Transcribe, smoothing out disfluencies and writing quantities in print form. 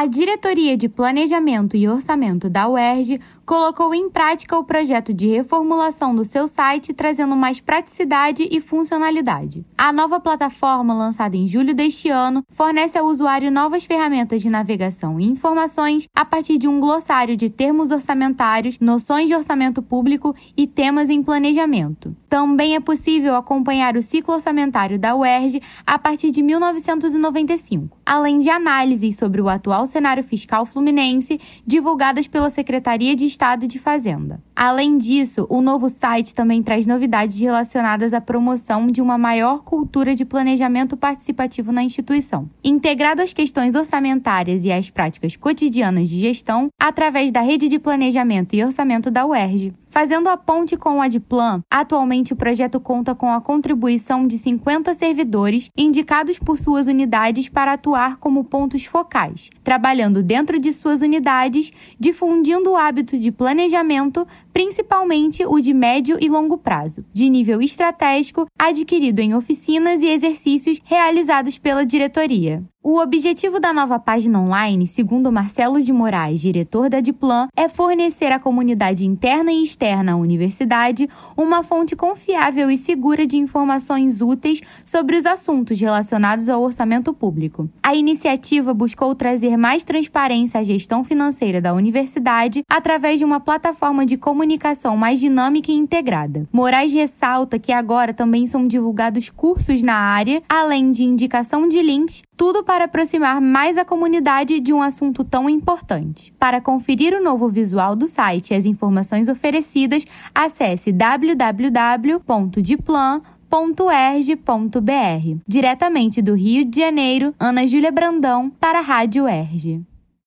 A Diretoria de Planejamento e Orçamento da UERJ colocou em prática o projeto de reformulação do seu site, trazendo mais praticidade e funcionalidade. A nova plataforma, lançada em julho deste ano, fornece ao usuário novas ferramentas de navegação e informações a partir de um glossário de termos orçamentários, noções de orçamento público e temas em planejamento. Também é possível acompanhar o ciclo orçamentário da UERJ a partir de 1995, além de análises sobre o atual cenário fiscal fluminense divulgadas pela Secretaria de Estado de Fazenda. Além disso, o novo site também traz novidades relacionadas à promoção de uma maior cultura de planejamento participativo na instituição, integrado às questões orçamentárias e às práticas cotidianas de gestão através da rede de planejamento e orçamento da UERJ. Fazendo a ponte com o Adplan, atualmente o projeto conta com a contribuição de 50 servidores indicados por suas unidades para atuar como pontos focais, trabalhando dentro de suas unidades, difundindo o hábito de planejamento, principalmente o de médio e longo prazo, de nível estratégico, adquirido em oficinas e exercícios realizados pela diretoria. O objetivo da nova página online, segundo Marcelo de Moraes, diretor da Adplan, é fornecer à comunidade interna e externa à universidade uma fonte confiável e segura de informações úteis sobre os assuntos relacionados ao orçamento público. A iniciativa buscou trazer mais transparência à gestão financeira da universidade através de uma plataforma de comunicação mais dinâmica e integrada. Moraes ressalta que agora também são divulgados cursos na área, além de indicação de links, tudo para aproximar mais a comunidade de um assunto tão importante. Para conferir o novo visual do site e as informações oferecidas, acesse www.diplan.erj.br. Diretamente do Rio de Janeiro, Ana Júlia Brandão, para a Rádio UERJ.